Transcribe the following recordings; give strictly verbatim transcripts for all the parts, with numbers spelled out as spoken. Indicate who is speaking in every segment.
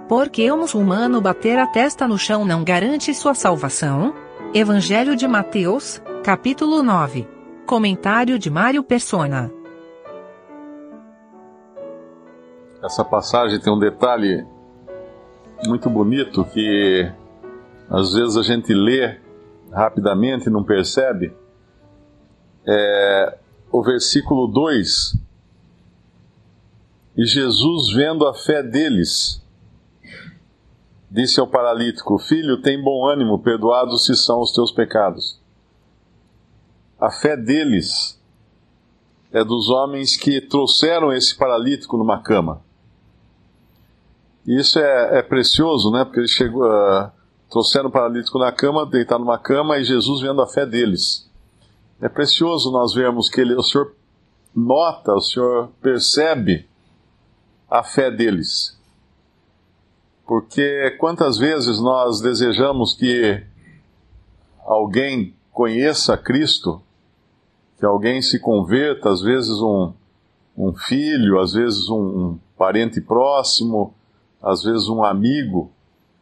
Speaker 1: Porque o muçulmano bater a testa no chão não garante sua salvação? Evangelho de Mateus, capítulo nove. Comentário de Mário Persona.
Speaker 2: Essa passagem tem um detalhe muito bonito que às vezes a gente lê rapidamente e não percebe. É o versículo dois. E Jesus, vendo a fé deles, disse ao paralítico: Filho, tem bom ânimo, perdoados se são os teus pecados. A fé deles é dos homens que trouxeram esse paralítico numa cama. E isso é, é precioso, né? Porque eles chegou, uh, trouxeram o paralítico na cama, deitaram numa cama, e Jesus vendo a fé deles. É precioso nós vermos que ele, o Senhor nota, o Senhor percebe a fé deles. Porque quantas vezes nós desejamos que alguém conheça Cristo, que alguém se converta, às vezes um, um filho, às vezes um, um parente próximo, às vezes um amigo.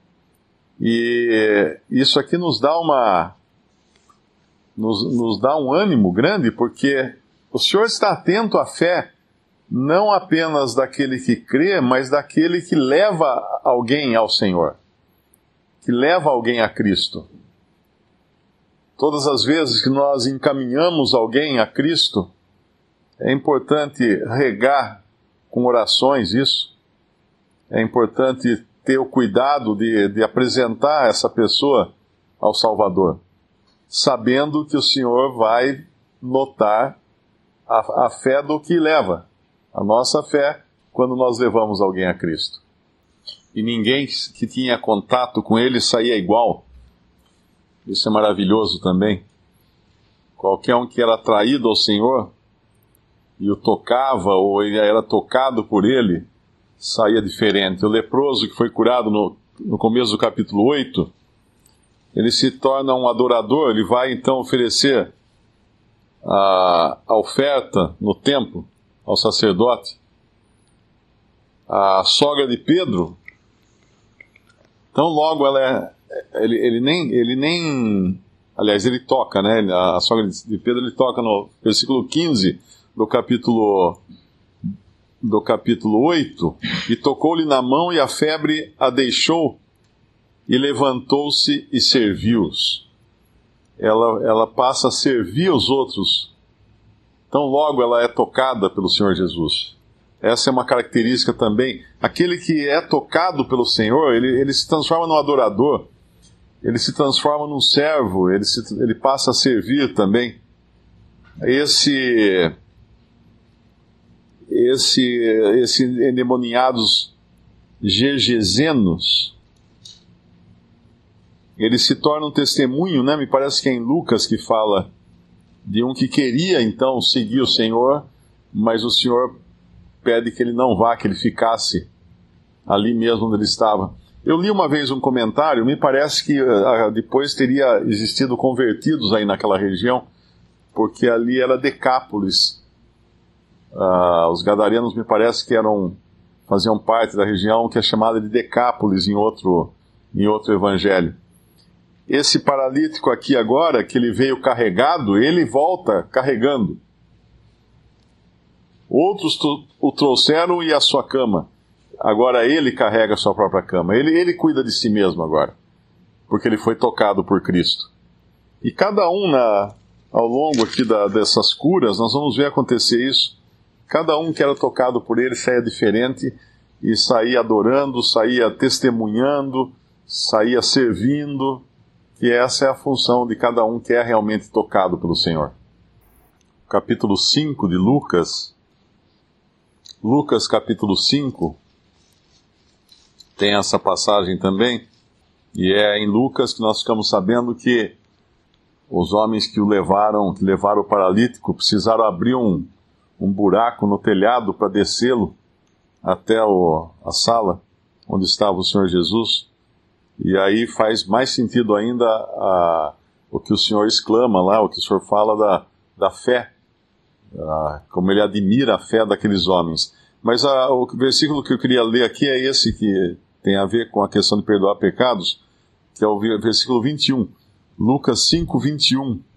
Speaker 2: E isso aqui nos dá uma nos, nos dá um ânimo grande, porque o Senhor está atento à fé não apenas daquele que crê, mas daquele que leva alguém ao Senhor, que leva alguém a Cristo. Todas as vezes que nós encaminhamos alguém a Cristo, é importante regar com orações isso. É importante ter o cuidado de, de apresentar essa pessoa ao Salvador, sabendo que o Senhor vai notar a, a fé do que leva, a nossa fé, quando nós levamos alguém a Cristo. E ninguém que tinha contato com ele saía igual. Isso é maravilhoso também. Qualquer um que era atraído ao Senhor e o tocava, ou ele era tocado por ele, saía diferente. O leproso que foi curado no, no começo do capítulo oito, ele se torna um adorador, ele vai então oferecer a, a oferta no templo ao sacerdote. A sogra de Pedro, então logo ela é, ele, ele, nem, ele nem, aliás ele toca, né, a sogra de Pedro ele toca no versículo quinze do capítulo do capítulo oito, e tocou-lhe na mão, e a febre a deixou, e levantou-se e serviu-os. Ela, ela passa a servir os outros, tão logo ela é tocada pelo Senhor Jesus. Essa é uma característica também. Aquele que é tocado pelo Senhor, ele, ele se transforma num adorador, ele se transforma num servo, ele, se, ele passa a servir também. Esse... Esse, esse endemoniados gergesenos, ele se torna um testemunho, né? Me parece que é em Lucas que fala de um que queria então seguir o Senhor, mas o Senhor pede que ele não vá, que ele ficasse ali mesmo onde ele estava. Eu li uma vez um comentário, me parece que uh, depois teria existido convertidos aí naquela região, porque ali era Decápolis. Uh, os gadarenos me parece que eram, faziam parte da região que é chamada de Decápolis em outro, em outro evangelho. Esse paralítico aqui agora, que ele veio carregado, ele volta carregando. Outros o trouxeram e a sua cama. Agora ele carrega a sua própria cama. Ele, ele cuida de si mesmo agora, porque ele foi tocado por Cristo. E cada um na, ao longo aqui da, dessas curas, nós vamos ver acontecer isso. Cada um que era tocado por ele saía diferente e saía adorando, saía testemunhando, saía servindo, e essa é a função de cada um que é realmente tocado pelo Senhor. Capítulo cinco de Lucas, Lucas capítulo cinco, tem essa passagem também, e é em Lucas que nós ficamos sabendo que os homens que o levaram, que levaram o paralítico, precisaram abrir um um buraco no telhado para descê-lo até o, a sala onde estava o Senhor Jesus. E aí faz mais sentido ainda a, o que o Senhor exclama lá, o que o Senhor fala da, da fé, a, como ele admira a fé daqueles homens. Mas a, o versículo que eu queria ler aqui é esse que tem a ver com a questão de perdoar pecados, que é o versículo vinte e um. Lucas cinco, vinte e um.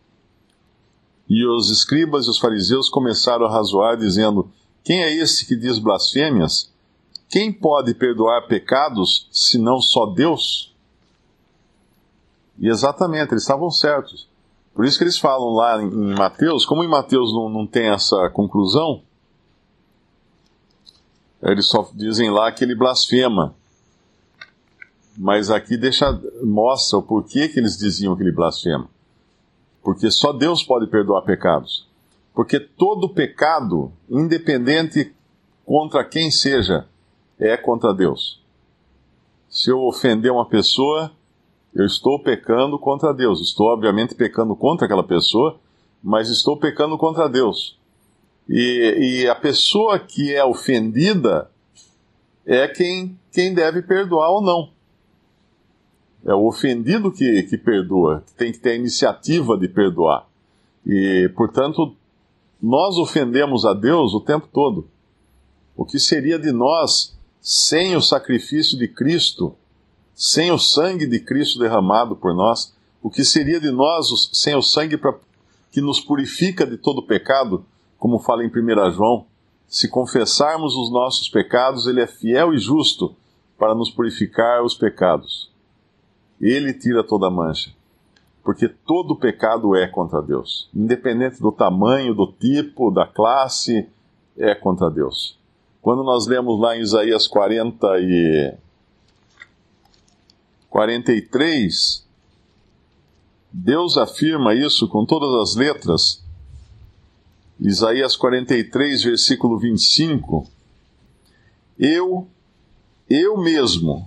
Speaker 2: E os escribas e os fariseus começaram a razoar, dizendo: quem é esse que diz blasfêmias? Quem pode perdoar pecados, senão só Deus? E exatamente, eles estavam certos. Por isso que eles falam lá em Mateus, como em Mateus não, não tem essa conclusão, eles só dizem lá que ele blasfema. Mas aqui deixa, mostra o porquê que eles diziam que ele blasfema. Porque só Deus pode perdoar pecados. Porque todo pecado, independente contra quem seja, é contra Deus. Se eu ofender uma pessoa, eu estou pecando contra Deus. Estou, obviamente, pecando contra aquela pessoa, mas estou pecando contra Deus. E, e a pessoa que é ofendida é quem, quem deve perdoar ou não. É o ofendido que, que perdoa, que tem que ter a iniciativa de perdoar. E, portanto, nós ofendemos a Deus o tempo todo. O que seria de nós sem o sacrifício de Cristo, sem o sangue de Cristo derramado por nós? O que seria de nós sem o sangue pra, que nos purifica de todo pecado, como fala em primeira João? Se confessarmos os nossos pecados, Ele é fiel e justo para nos purificar os pecados. Ele tira toda a mancha. Porque todo pecado é contra Deus. Independente do tamanho, do tipo, da classe, é contra Deus. Quando nós lemos lá em Isaías quarenta e... quarenta e três, Deus afirma isso com todas as letras. Isaías quarenta e três, versículo vinte e cinco. Eu, eu mesmo,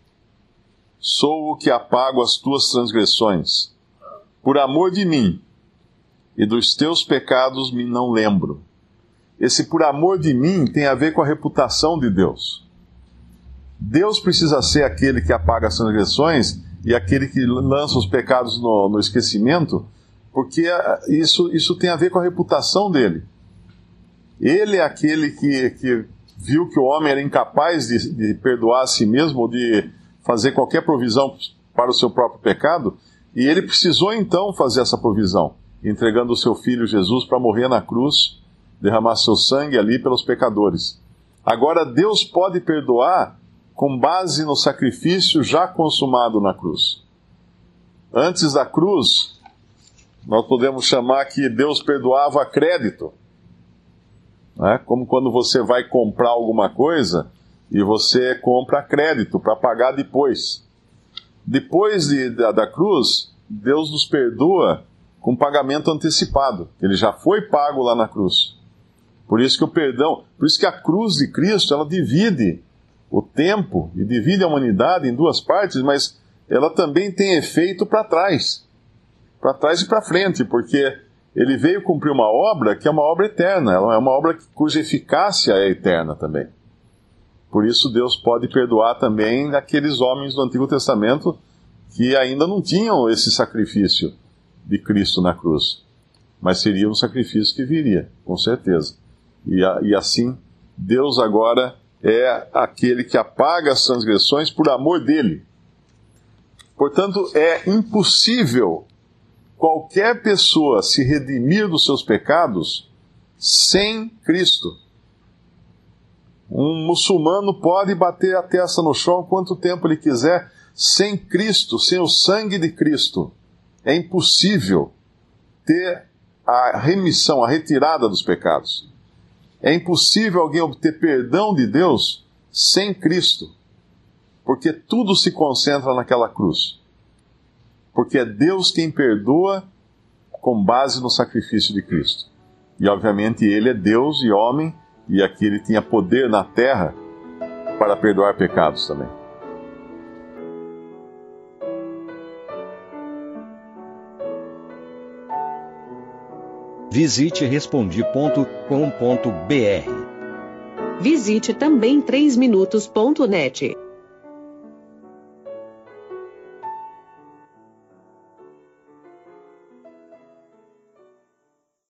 Speaker 2: sou o que apago as tuas transgressões. Por amor de mim, e dos teus pecados me não lembro. Esse por amor de mim tem a ver com a reputação de Deus. Deus precisa ser aquele que apaga as transgressões e aquele que lança os pecados no, no esquecimento, porque isso, isso tem a ver com a reputação dele. Ele é aquele que, que viu que o homem era incapaz de, de perdoar a si mesmo ou de fazer qualquer provisão para o seu próprio pecado, e ele precisou então fazer essa provisão, entregando o seu filho Jesus para morrer na cruz, derramar seu sangue ali pelos pecadores. Agora Deus pode perdoar com base no sacrifício já consumado na cruz. Antes da cruz, nós podemos chamar que Deus perdoava a crédito. Né? Como quando você vai comprar alguma coisa e você compra a crédito para pagar depois. Depois de, da, da cruz, Deus nos perdoa com pagamento antecipado. Ele já foi pago lá na cruz. Por isso que o perdão, por isso que a cruz de Cristo, ela divide o tempo e divide a humanidade em duas partes, mas ela também tem efeito para trás. Para trás e para frente, porque ele veio cumprir uma obra que é uma obra eterna, ela é uma obra cuja eficácia é eterna também. Por isso Deus pode perdoar também aqueles homens do Antigo Testamento que ainda não tinham esse sacrifício de Cristo na cruz. Mas seria um sacrifício que viria, com certeza. E, a, e assim, Deus agora é aquele que apaga as transgressões por amor dele. Portanto, é impossível qualquer pessoa se redimir dos seus pecados sem Cristo. Um muçulmano pode bater a testa no chão quanto tempo ele quiser, sem Cristo, sem o sangue de Cristo. É impossível ter a remissão, a retirada dos pecados. É impossível alguém obter perdão de Deus sem Cristo, porque tudo se concentra naquela cruz. Porque é Deus quem perdoa com base no sacrifício de Cristo. E obviamente Ele é Deus e homem, e aqui Ele tinha poder na terra para perdoar pecados também.
Speaker 3: Visite respondi ponto com ponto br.
Speaker 4: Visite também três minutos ponto net.